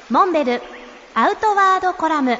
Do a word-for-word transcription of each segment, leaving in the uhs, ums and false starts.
モンベルアウトワードコラム。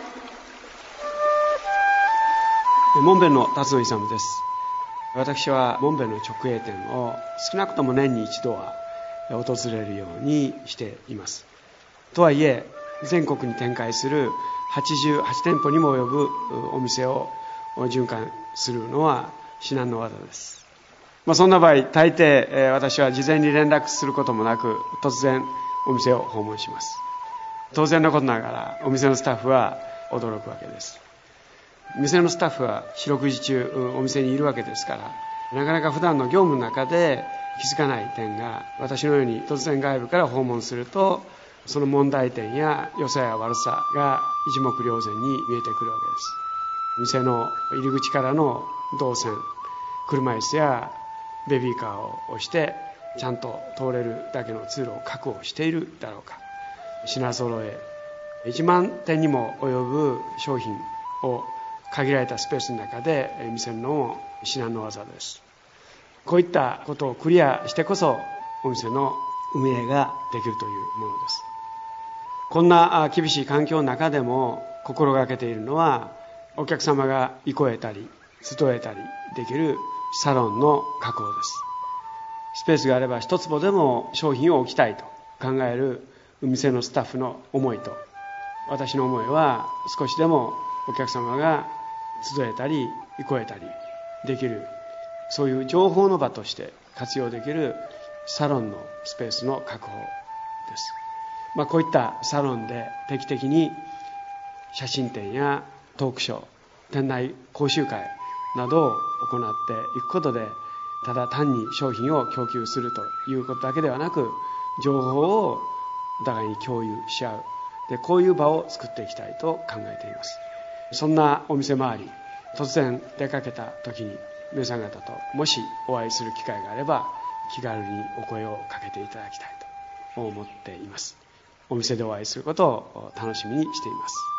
モンベルの辰野勇です。私はモンベルの直営店を少なくとも年に一度は訪れるようにしています。とはいえ全国に展開するはちじゅうはちてんぽにも及ぶお店を循環するのは至難の業です。まあ、そんな場合大抵私は事前に連絡することもなく突然お店を訪問します。当然のことながらお店のスタッフは驚くわけです。店のスタッフは四六時中お店にいるわけですから、なかなか普段の業務の中で気づかない点が、私のように突然外部から訪問するとその問題点や良さや悪さが一目瞭然に見えてくるわけです。店の入り口からの動線、車椅子やベビーカーを押してちゃんと通れるだけの通路を確保しているだろうか、品揃えいちまんてんにも及ぶ商品を限られたスペースの中で見せるのも至難の業です。こういったことをクリアしてこそお店の運営ができるというものです。こんな厳しい環境の中でも心がけているのは、お客様が憩えたり集えたりできるサロンの確保です。スペースがあれば一坪でも商品を置きたいと考える店のスタッフの思いと、私の思いは少しでもお客様が集えたり憩えたりできる、そういう情報の場として活用できるサロンのスペースの確保です。まあ、こういったサロンで定期的に写真展やトークショー、店内講習会などを行っていくことで、ただ単に商品を供給するということだけではなく、情報をお互いに共有し合う、でこういう場を作っていきたいと考えています。そんなお店周り、突然出かけた時に皆さん方ともしお会いする機会があれば、気軽にお声をかけていただきたいと思っています。お店でお会いすることを楽しみにしています。